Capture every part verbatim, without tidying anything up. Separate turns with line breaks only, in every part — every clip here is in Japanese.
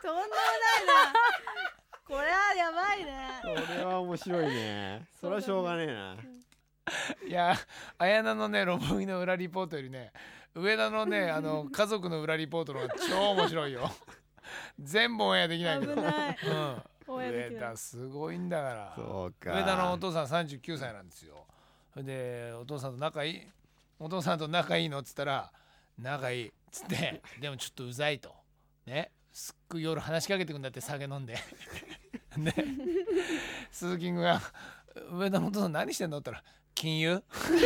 とんでもないな。これはやばいね。
これは面白いね。それはしょうがねえな。
いや綾菜のね六本木の裏リポートよりね上田のねあの家族の裏リポートの方が超面白いよ全部オンエアできないけど
危ない。
うん、上田すごいんだから。
そうか。
上田のお父さんさんじゅうきゅうさいなんですよ。でお父さんと仲いいお父さんと仲いいのっつったら仲いいっつってでもちょっとうざいとねすっごい夜話しかけてくんだって酒飲んでで鈴木君が上田のお父さん何してんのって言ったら金融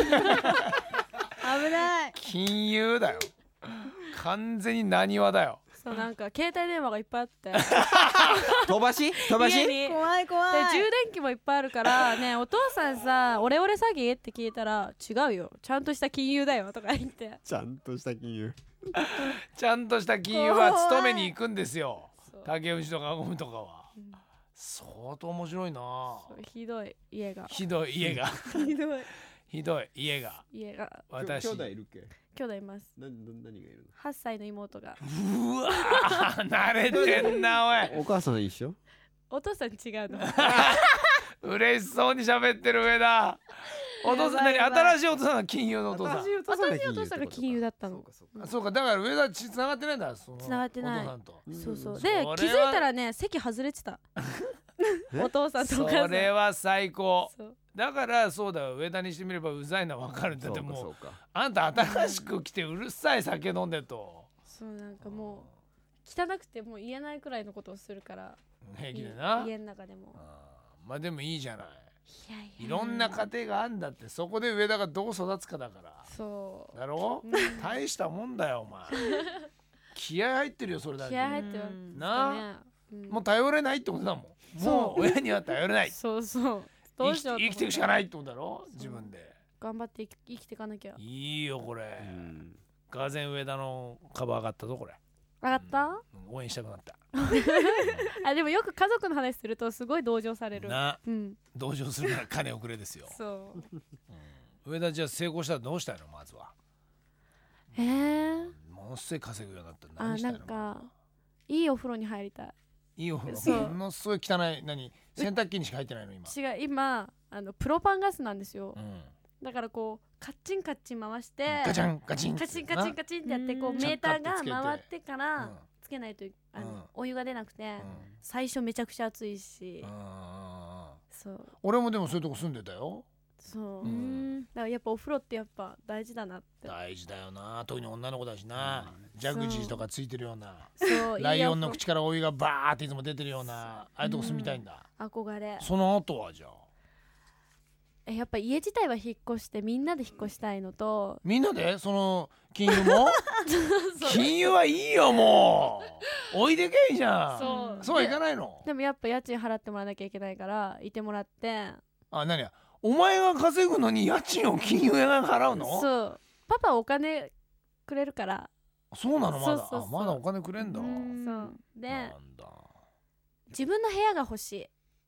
危ない。
金融だよ完全に何話だよ。
そうなんか携帯電話がいっぱいあって
飛ばし飛ばし
家に
怖い怖い。
で充電器もいっぱいあるからねお父さんさオレオレ詐欺って聞いたら違うよちゃんとした金融だよとか言って
ちゃんとした金融。
ちゃんとした金融は勤めに行くんですよ
そう
竹内とかゴムとかは、
うん
相当面白いな。
そうひどい家が
ひどい家が
ひどい。
ひどい家が
家が
私
兄弟いるっけ？
兄弟います
な何がいる
はっさいの妹が
うわー慣れてんなおい
の？お母さん一緒？
お父さん違うの
嬉しそうに喋ってる上だお父さん何
やばいやばい
新しいお父さんが金融のお父さん。
新しいお父さんが
私のお父さんが金融だったの
そうかそうか
あそうかだから上田つながってないんだその
繋がってない
お父さんと。
そうそう
それは
で気づいたらね席外れてたお父さんとお母さん
それは最高
そう
だからそうだよ上田にしてみればうざいのは分かるんだってもう
そうかそうか。
あんた新しく来てうるさい酒飲んでと
そうなんかもう汚くてもう言えないくらいのことをするから
平気でな。
家の中でも
あーまあでもいいじゃない
いやいや
いろんな家庭があんだってそこで上田がどう育つかだから
そう
だろ
うん
大したもんだよお前気合入ってるよそれだけ
気合入ってる
うん
な
ねうん
もう頼れないってことだもん
そう
もう親には頼れない
そうそうど
生
うしようと思った
きて生きていくしかないってことだろ自分で
頑張って生き生きていかなきゃ
いいよこれ
うん
がぜん上田の株上がったぞこれ
上がった、
うん応援したくなった
あでもよく家族の話するとすごい同情される
な
うん
同情するなら金をくれですよ、
そう
うん、上田じゃあ成功したらどうしたいのまずは
えー、
ものすごい稼ぐようになったら
あ
何したの
ないんかいいお風呂に入りたい
いいお風呂
そう
ものすごい汚い何洗濯機にしか入ってないの今、
違う今あのプロパンガスなんですよ
うん、
だからこうカッチンカッチン回して
ガチャンガチン
カチンカチンカチンってやってこう
うん
メーターが
チャッカってつけて
回ってから
うん
つけないとあの、
うん
お湯が出なくて、
うん
最初めちゃくちゃ暑いし、
うんうんうん
そう
俺もでもそういうとこ住んでたよ
そう、
うん
だからやっぱお風呂ってやっぱ大事だなって
大事だよな特に女の子だしな、ジャグジーとかついてるような
そう
ライオンの
いい
口からお湯がバーっていつも出てるようなああいうとこ住みたいんだ、
お憧れ
その後はじゃあ
えやっぱ家自体は引っ越してみんなで引っ越したいのと
みんなでその金融も金融はいいよもうおいでけいじゃん
そう
そうはいかないの
でもやっぱ家賃払ってもらわなきゃいけないからいてもらって
あ何やお前が稼ぐのに家賃を金融屋が払うの
そうパパお金くれるから
そうなのまだ
そうそうそう
あまだお金くれんだ
うん
そうで
なんだ
自分の部屋が欲しい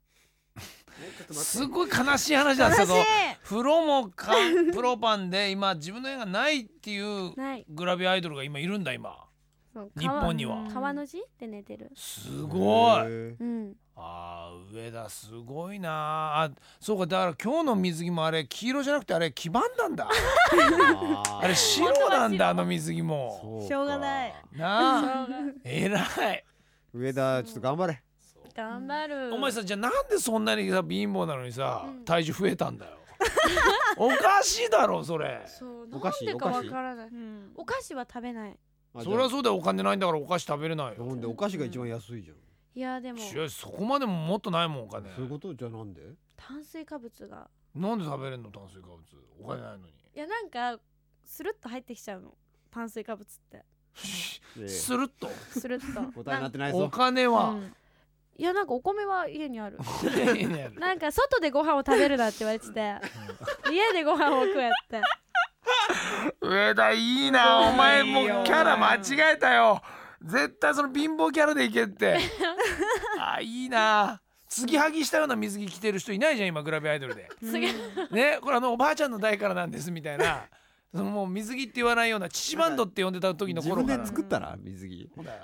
すごい悲しい話だけど
悲しい。
風呂もかプロパンで今自分の絵がないっていう
ない
グラビアアイドルが今いるんだ今
そう
日本には
川の字で寝てる
すごい
へ
うん
あー上田すごいなあそうかだから今日の水着もあれ黄色じゃなくてあれ黄ばんだんだ
ー
あれ白なんだあの水着も
そうか
しょうがない。
なあえらい
上田ちょっと頑張れ。
頑張る
お前さじゃあなんでそんなにさ貧乏なのにさ、
うん
体重増えたんだよおかしいだろそれ
そうなん
お菓子
でかわからない
うん
お菓子は食べない
あ
そりゃそうだよお金ないんだからお菓子食べれないよ
ほんでお菓子が一番安いじゃん。
いやでも
いやそこまでももっとないもんお金
そういうことじゃあなんで？
炭水化物が
なんで食べれんの炭水化物お金ないのに
いやなんかスルッと入ってきちゃうの炭水化物って
で
スルッと
スルッと
答えになってない
お
ぞ。
う
金は、
んいやなんかお米は家にある
家にある
なんか外でご飯を食べるなって言われてて家でご飯を食えって
上田いいなお前もう
いいよ
キャラ間違えたよ絶対その貧乏キャラでいけってあいいな継ぎはぎしたような水着着てる人いないじゃん今グラビアアイドルで
次
ねこれあのおばあちゃんの代からなんですみたいなそのもう水着って言わないような父バンドって呼んでた時の
自
頃から
分で作ったら水着。
そうだよ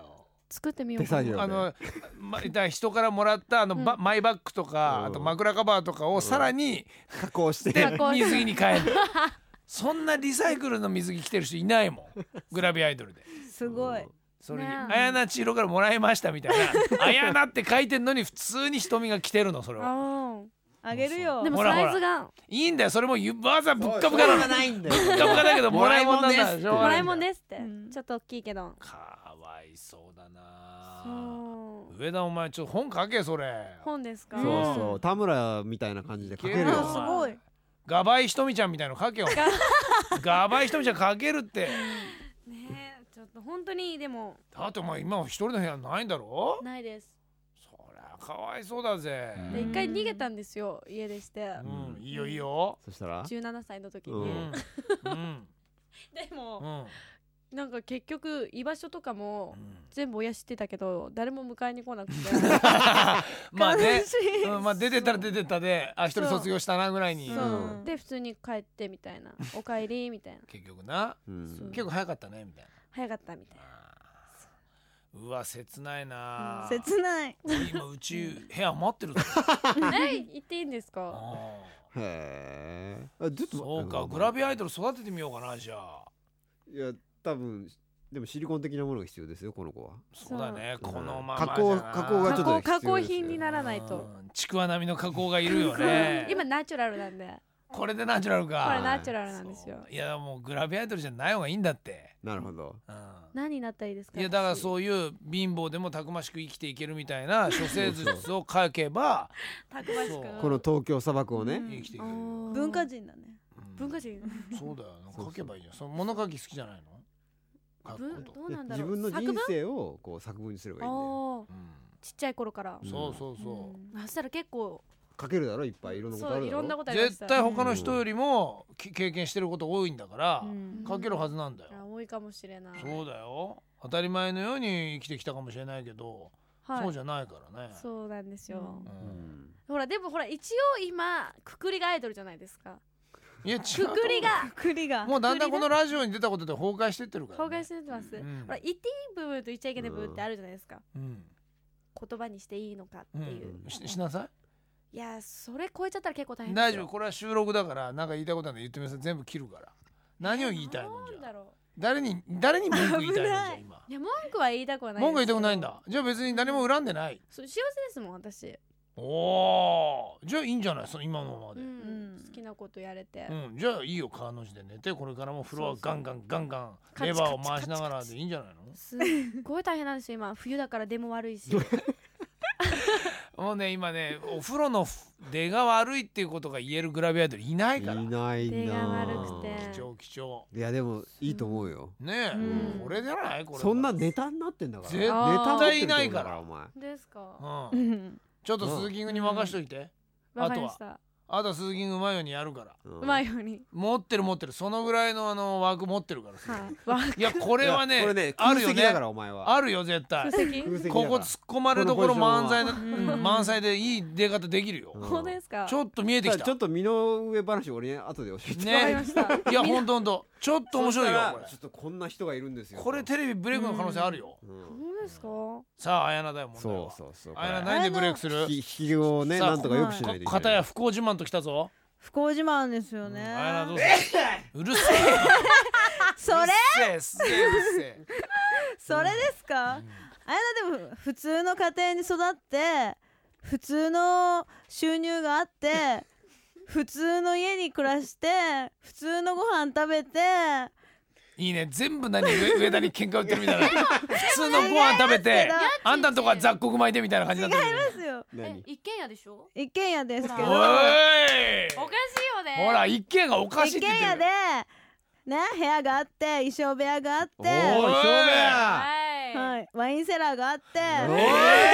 作ってみようかな。
手作業
あの、ま、だから人からもらったあの、ば
うん
マイバッグとか、
うん
あと枕カバーとかをさらに、
加工して
で
加工して
水着に変えるそんなリサイクルの水着着てる人いないもんグラビアアイドルで。
すごい。
それに
ねえ
綾菜千尋からもらいましたみたいな綾菜って書いてんのに普通に瞳が着てるのそれは。
あ
あげるよ。
ーでも
ほら
サイズが
いいんだよそれもゆわざぶっかぶかなの。ぶっ
ないんだよ
かぶかだけどもらいもんなんだ。しょう
もらい
がないんだよ
もんですって、
うん
ちょっと大きいけど。
かわいそうだな。
そう
上田お前ちょっと本書けそれ。
本ですか。
そうそう田村みたいな感じで書けるよ
いけるよ
あすごい。
ガバイひとみちゃんみたいの書けよ。ガバイひとみちゃん書けるって。
ねえちょっと本当にでも
だってお前今一人の部屋ないんだろ。
ないです。
そりゃかわいそうだぜ。
で一回逃げたんですよ家出して、
うん、いいよいいよ。
そしたら
じゅうななさいの時に、
う
うん
んうん
でも、
うん
なんか結局居場所とかも
うん
全部親知ってたけど誰も迎えに来なくて
まあね
悲しい。
うん、まあ出てたら出てたであ一人卒業したなぐらいに。
そう、
うん
で普通に帰ってみたいなおかえりみたいな
結局な
うん
そう
結構早かったねみたいな。
早かったみたいな。
うわ切ないな。
切ない。
今うち部屋余ってるぞ。
え言っていいんですか。
あ
へえあずっ
ー
と
そうかグラビアアイドル育ててみようかなじゃあ。
いや多分でもシリコン的なものが必要ですよこの子は
そうだね
そう
このまま
加工
じゃな
加工がちょっと
加工
必要ですよ
加工品にならないと。
うんちくわ並みの加工がいるよね。
今ナチュラルなんで
これでナチュラルか。
これナチュラルなんですよ。
いやもうグラビアアイドルじゃない方がいいんだって。
なるほど
うん
何になったらいいですか。
いやだからそういう貧乏でもたくましく生きていけるみたいな処世術を書けば
たくましく
そう
この東京砂漠をね
うん
生きていけるよ。
文化人だね。
うん
文化人
そうだよ
そうそう
書けばいいじゃん。その物書き好きじゃないの？書く
文
こと。
どうなんだろう。
自分の
作文
人生をこう作文にすればいいんだよ
ああ
うん
ちっちゃい頃から。
そうそうそう。
あそしたら結構
書けるだろいっぱいいろんなことあるだろ
そういろんなことありました。
絶対他の人よりもき経験してること多いんだから
うん
書けるはずなんだよ。
あ多いかもしれない。
そうだよ。当たり前のように生きてきたかもしれないけど、
はい
そうじゃないからね。
そうなんですよ。
う
うんん
ほらでもほら一応今くくりがアイドルじゃないですか。
いや違う
くくりが
栗が。
もうだんだんこのラジオに出たことで崩壊してってるから、ね。
崩壊してます。
うん
ほら言っていい部分と言っちゃいけない部分ってあるじゃないですか。
うん
言葉にしていいのかっていう。
うん、ししなさ
いやそれ超えちゃったら結構大
い。
変ですよ。
大丈夫これは収録だからなんか言いたいことなんで言ってみなさい。全部切るから。何を言いたいのじゃあ。
なんだろう。
誰に誰に文句言いたいのじゃあ今。
いや文句は言いたくはないですけど。
文句言いたくないんだ。じゃあ別に誰も恨んでない。
そう幸せですもん私。
おお。じゃあいいんじゃないその今のままで。
うん
うん
好きなことやれて。
うん、じゃあいいよ川の字で寝てこれからもフロア
そうそう
ガンガンガンガン
カチ
レバーを
カチ
回しながらでいいんじゃないの？
すっごい大変なんですよ今冬だから出も悪いし。
もうね今ねお風呂の出が悪いっていうことが言えるグラビアアイドルいないから。
いない
出が
な
悪くて
貴重貴重。
いやでもいいと思うよ
ねえ、
うん
これじゃないこれ。
そんなネタになってんだから
絶
ネタ持ってるってことだ
対いないから
お前
ですか。
う。
うんん。
ちょっと鈴木君に任しといて。
わかりました。
あとは鈴木君うまいようにやるから。
う
うまいように。
持ってる持ってるそのぐらいのあの枠持ってるからさ。
はい。わ
いやこれはね
いやこれね
あるよ
空席だか
ね。
らお前は
あるよ絶対。
空席。
空席だから
ここ突っ込まれどころ満載で、
こ
のポジションは
うん満載でいい出方できるよ。
うん
本当ですか。
ちょっと見えてきた。
ちょっと身の上話俺に後で教えて
ね
わかりました。
いやほんとほんとちょっと面白いよこれ
そしたらちょっとこんな人がいるんですよ
これテレビブレイクの可能性あるよ。
うん
本当ですか。
さあ綾菜だよ問題
そう
は。
そうそう
綾菜何でブレイクする？
引き引きをね
さあ
なんとかよくしないといけない
片や不幸自慢ときたぞ。
不幸自慢ですよね。
綾菜どうする？うるせえ。
それ
うるせえすげえうるせえ。
それですか。あれだでも普通の家庭に育って普通の収入があって普通の家に暮らして普通のご飯食べて
いいね全部何上上田に喧嘩売ってるみたいな。普通のご飯食べてあんたんとこは雑穀米でみたいな感じになってる。
ですよ。
え
何
一軒家でしょ。
一軒家ですけど
おい。
おかしいよね。
ほら一軒家がおかしい
一軒家で
って言ってる。
ね部屋があって衣装部屋があって
おーしょうがや
はい。
はいワインセラーがあって
お
え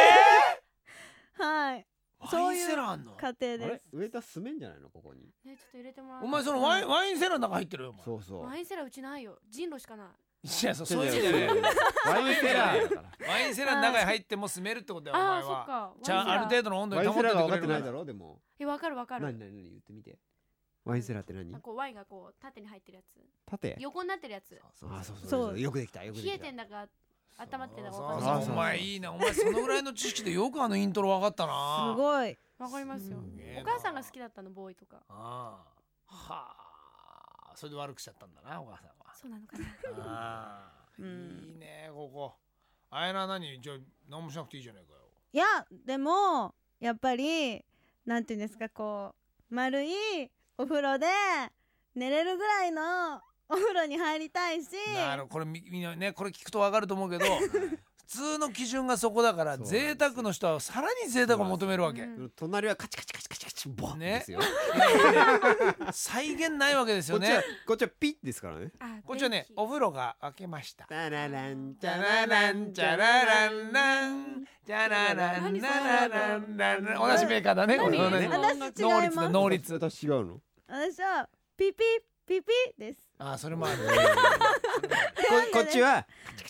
はい
ー
そういう
ワインセラーあんの？
家庭
あれ
です。
上田住めんじゃないのここに
ねちょっと入れてもらう。
お前そのワインワインセラーの中入ってるよお前。
そうそう
ワインセラーうちないよ。人狼しかない。
いやそうそういう意味じゃね
ワインセラーだから
え。ワインセラーの中に入っても住めるってことだよお
あ
前は。
あそっか。
じゃあある程度の温度
ワインセ
に保って
ラーが分かってない
てくれるから。
だろでも
えわかるわかる。
何何何言ってみてワインセラーって何
なんかこうワインがこう縦に入ってるやつ。
縦
横になってるやつ。
そう
あそうそう
そう
そうよくできたよくできた
冷えてんだか温まってたら
そう
わか
そう
る
お前いいなお前そのぐらいの知識でよくあのイントロ分かったな
すごい。
わかりますよ。
すげえな
お母さんが好きだったのボーイとか。
ああはあそれで悪くしちゃったんだなお母さんは
そうなのかな。
ああ
うん
いいねここあやな何じゃあ何もしなくていいじゃないかよ
いやでもやっぱりなんていうんですかこう丸いお風呂で寝れるぐらいのお風呂に入りたいし。
なるこれみみんなねこれ聞くと分かると思うけど普通の基準がそこだから
そうなんですよ
贅沢の人はさらに贅沢を求めるわけ
うん
隣はカチカチカチカチカチボン
ね
ですよ、
いやいやいや再現ないわけですよね
こっちはこっちはピッですからね。
あ
こっちはねお風呂が開けました
タララン
チャラランチャラランランチャラランララランラン同じメーカーだねこれ
何
同じ
私違い
能率
ます。
だ能率
私違うの。
私はピピピピです。
あそれもある
ここっちは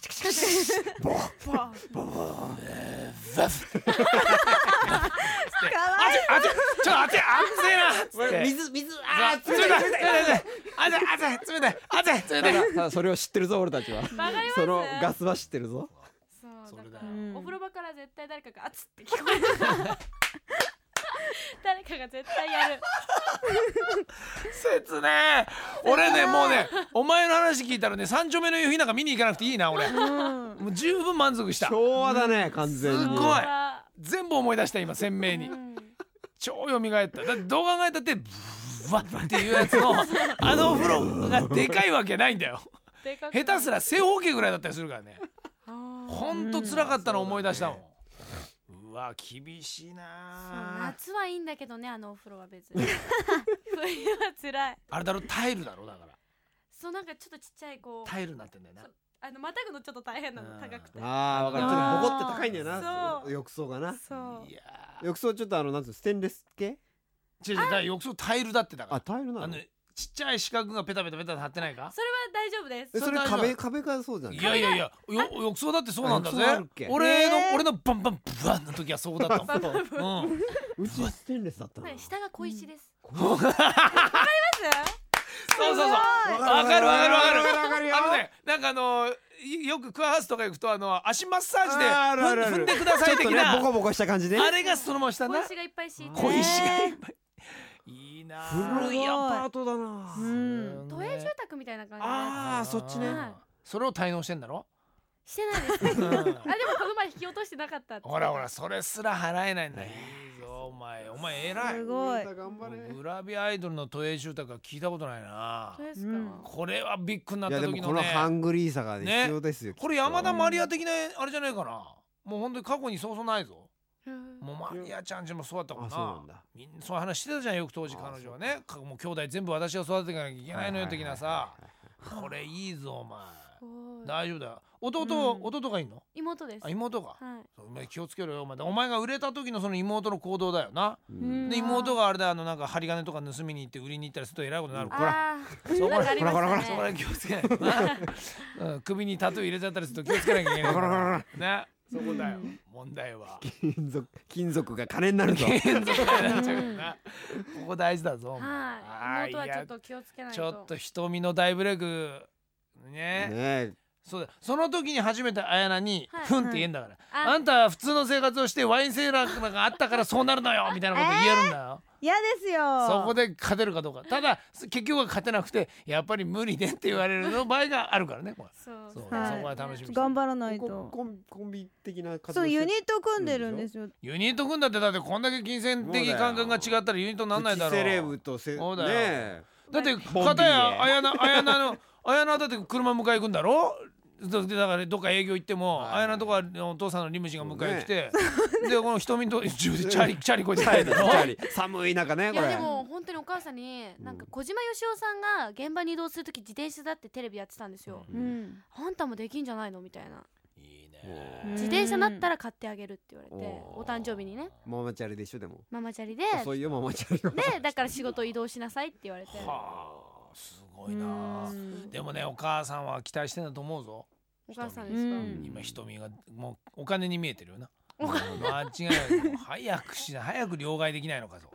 ザフ
かわいい。
あちょちょっと熱い熱いなっつって
水水
あ冷たい冷たい冷たい熱い熱い冷たい熱い冷たい
ただただそれを知ってるぞ俺たちは。
わかります
そのガスは知ってるぞ。
そう
それだよ
だから
うん
お風呂場から絶対誰かが「あつ」って聞こえる誰かが絶対やる
切ねえ俺ねもうねお前の話聞いたらね三丁目の夕日なんか見に行かなくていいな俺
うん
もう十分満足した
昭和だね完全に。
すごい全部思い出した今鮮明に
うん
超蘇っただってどう考えたってブワッっていうやつのあのお風呂がでかいわけないんだよ
でかく
下手すら正方形ぐらいだったりするからね
あー
ほんと辛かったの思い出したもんうわ厳しい
そう
な
夏はいいんだけどねあのお風呂は別に冬は辛い
あれだろタイルだろだから
そうなんかちょっとちっちゃいこう
タイルになってんだよな
そうあのまたぐのちょっと大変なの
うん
高くて
ああわかる。ちょっとボコって高いんだよな。
そう
浴槽がな。
そう
いや
浴槽ちょっとあのなんつうのステンレス系？
ー違う違うだから浴槽タイルだってだか
あタイルなの
らあの。ちっちゃい四角がペタペタペタ貼ってないか
それは大丈夫です
えそれ
それ大丈夫
壁壁がそうじゃん。
いやいやいやよ浴槽だってそうなんだぜ
あ浴槽あるっけ
俺の
えー
俺のバンバンブワンの時はそうだったもんうん
うちステンレスだったな。
ね下が小石です
そうそうそうわかるわかるわかる
わかるよ。
あのねなんかあのいよくクアハウスとか行くとあの足マッサージで
あるあるある
踏ん踏んでください的
ちょっとねボ
な
コボコした感じね。
あれがそのまましたな
小石がいっぱい敷いて
小石がいっぱいいいな
古いアパートだな。
うん
都営住宅みたいな感じのや
ああそっちね。
はい
それを滞納してんだろ
つしてないですあでもこの前引き落としてなかったって
ほらほらそれすら払えないんだいいぞお前お前偉い
すごい。
頑張れ。
グラビアアイドルの都営住宅は聞いたことないな
そうですか、
うん
これはビッグにないった
やでもこの
時のね
ハングリーさがね
ね
必要ですよ。
これ山田マリア的なあれじゃないかなもう本当に過去にそうそうないぞ
うん
もうマリアちゃんちもそうだったもん
あ
な
そうなんだ。
みんなそういう話してたじゃんよく当時
あ
彼女はねかもう兄弟全部私が育てていかなきゃいけないのよ的なさこれいいぞお前
すごい
大丈夫だよ弟、
うん
弟がいいの
妹です
あ妹が
はい
お前気をつけろよお前お前が売れた時のその妹の行動だよな
う
うん
ん
で妹があれだあのなんか針金とか盗みに行って売りに行ったりするとえらいことになる
ほ
から
あ
そこ
ーなんかありましたね
ほらほらほら
そこら気をつけないとな、うん、首にタトゥー入れちゃったりすると気をつけなきゃいけないからねそこだよ問題は
金属金属が金になるぞ。
金属になっちゃうからなここ大事だぞお前
はい妹はちょっ
あ
と気をつけないと
ーいやちょっと瞳の大ブレイクね
ね
そうだその時に初めて綾菜に
はい
「ふん」って言えんだから、
あ
あんたは普通の生活をしてワインセーラーがあったからそうなるのよみたいなこと言えるんだよ、
嫌ですよ。
そこで勝てるかどうかただ結局は勝てなくてやっぱり無理ねって言われるの場合があるからねこれ
そう
そう、
はい
そこは楽しみにして
頑張らない
こことコンコンビ的な活動
そう
して
ユニット組んでるんですよ。
ユニット組んだってだってこんだけ金銭的感覚が違ったらユニットになんないだろう
プチセレブとせ
そうだよ
ね
だって
ボンビー
片や綾菜綾菜の綾菜だって車迎え行くんだろだだからどっか営業行っても
はい
綾菜のとこはお父さんのリムジンが迎え来て、でこの瞳とチャリチャリこいつ帰るだろ
寒い中ねこれ。
いやでも本当にお母さんになんか小島よしおさんが現場に移動するとき自転車だってテレビやってたんですよ、
う
うん。
あんたもできんじゃないのみたいない
いね
自転車だったら買ってあげるって言われて
おー
お誕生日にね
ママチャリでしょでも。
ママチャリで
遅いよママチャリは。
でだから仕事移動しなさいって言われて
はあすごいな
うん
でもねお母さんは期待してんだと思うぞ
お母さんですか、
うん
今瞳がもうお金に見えてるよな
お金
間違いない早くしな早く両替できないのかと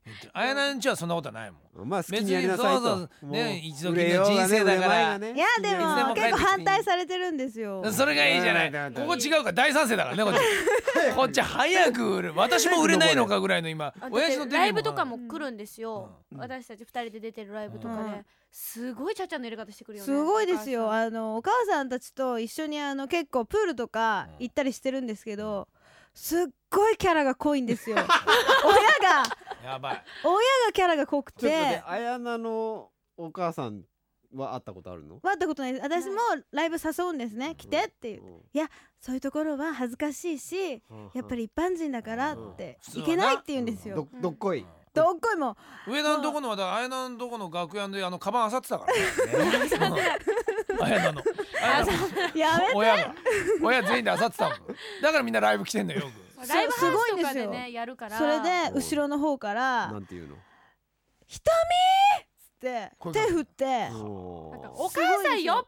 あやなんちはそんなことはないもん。
まあ好きにやりなさいと。
別にそうそうね
もう
一度きりの人生だから
売れようがね売れまいがね
いやで
いつでも
も結構反対されてるんですよ。
それがいいじゃない。
うん
ここ違うから大賛成だからねこっち。こっち早く売る。私も売れないのかぐらいの今。
あだっ
親父の
てライブとかも来るんですよ、
うん
私たちふたりで出てるライブとかで、
うん
すごいちゃちゃの入れ方してくるよね。
すごいですよ。
お母さん
あのお母さんたちと一緒にあの結構プールとか行ったりしてるんですけど、すっごいキャラが濃いんですよ。親が
やばい。
親がキャラが濃く
ちょっと待って
て。
綾菜のお母さんは会ったことあるの？
会ったことないです。私もライブ誘うんですね、来てっていう。そういうところは恥ずかしいし、やっぱり一般人だからって
うん
いけないって言うんですよ。
どどっこい。
どっこいも
上田のとこのはだから綾菜のとこの楽屋であのカバン漁ってたからね。綾菜の綾菜の
やめて。
親が親全員で漁ってたもん。だからみんなライブ来てんのよよく。
ライブハウスとか
すごいんです
で
よ
ねやるから。
それで後ろの方から
なんていうの？
「ひとみー!」っつって
声
手振って
おー
なんかお母さん酔っ払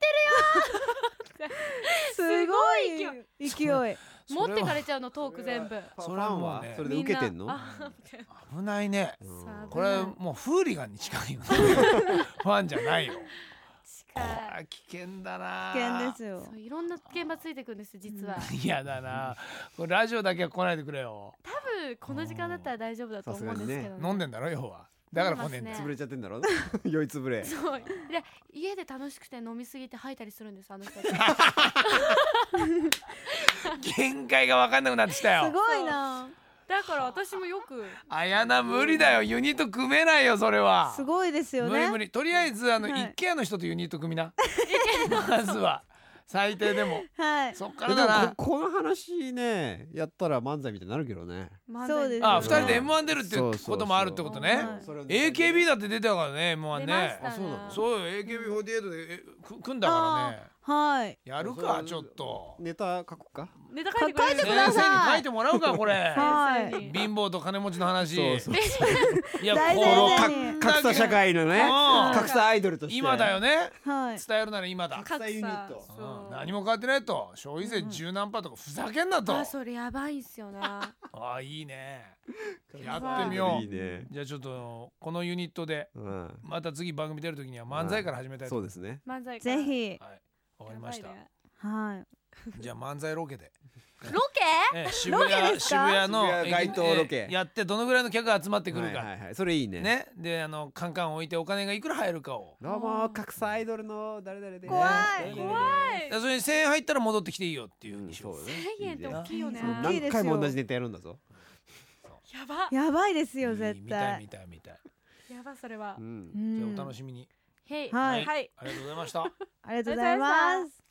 すごい勢い。
持ってかれちゃうのトーク全部。
それはもうね
それで受けてんの？
みなあ
危ないね。
うん
さあ
これもうフーリガンに近いよね。ファンじゃないよ。
近い
あ危険だな。
危険ですよ
そういろんな現場ついてくんです実は。
嫌だな。これラジオだけは来ないでくれよ。
多分この時間だったら大丈夫だと思うんですけどね。
飲んでんだろ要は。だから来ねえんだよ
飲んでますね
潰れちゃってんだろ？酔いつぶれ。
そうで家で楽しくて飲みすぎて吐いたりするんですあの人たち。
限界が分かんなくなってきたよ。
すごいな。
だから私もよく
あやな無理だよ。ユニット組めないよそれは。
すごいですよね。
無理無理。とりあえずあの
はい
一軒家の人とユニット組みな。まずは最低でも。
はい。
そっか
でも
らだな。
ここの話ねやったら漫才みたいになるけどね。
そうです
あ、
よ
二人で エムワン 出るっていうこともあるってことね。
はい
それ
エーケービー だって出てたからね エムワン
出ま
ね
し。た
あそうなの
そうよ エーケービーフォーティーエイト でえく組んだからね。
はい。
やるかちょっと。
ネタ書こうか。
ネタ書いてくれる
書いてください
先生に書いてもらうかこれ。
はい
先生に
貧乏と金持ちの話。
そうそう
いや
大
こ
先生
の
に
格差社会のね
うん
格差アイドルとして
今だよね。
はい。
伝えるなら今だ。
格差ユニット
格差そう
うん何も変わってないと。消費税十何パーとかふざけんなと。
あそれやばいんすよな。
ああいいね。やってみよう。
いいね。
じゃあちょっとこのユニットで
うん
また次番組出るときには漫才から始めたいと思います。
そうですね。
漫才から
ぜひ。
はい。わかりました
やばい。ね
はい。
じゃあ漫才ロケで。
ロケ
ええ渋
ロケ
谷
ですか
渋谷の
渋谷街頭ロケ
ええやってどのぐらいの客が集まってくるか。
はいはいはいそれいいね。
ね。であのカンカン置いてお金がいくら入るかを。
どうも格差アイドルの誰々で。
怖い
誰々で
怖い
でそれにせんえん入ったら戻ってきていいよっていう
うん
にしよう。
そうね。
せんえんって大きいよね
そう
大きいですよ
何回も同じネタやるんだぞ。
やば
やばいですよ
いい
絶
見たい
対
見。たい見たい。
やばそれは
う。ん
う。ん
じゃあお楽しみに。
へい
はい
はい
ありがとうございました。
ありがとうございます。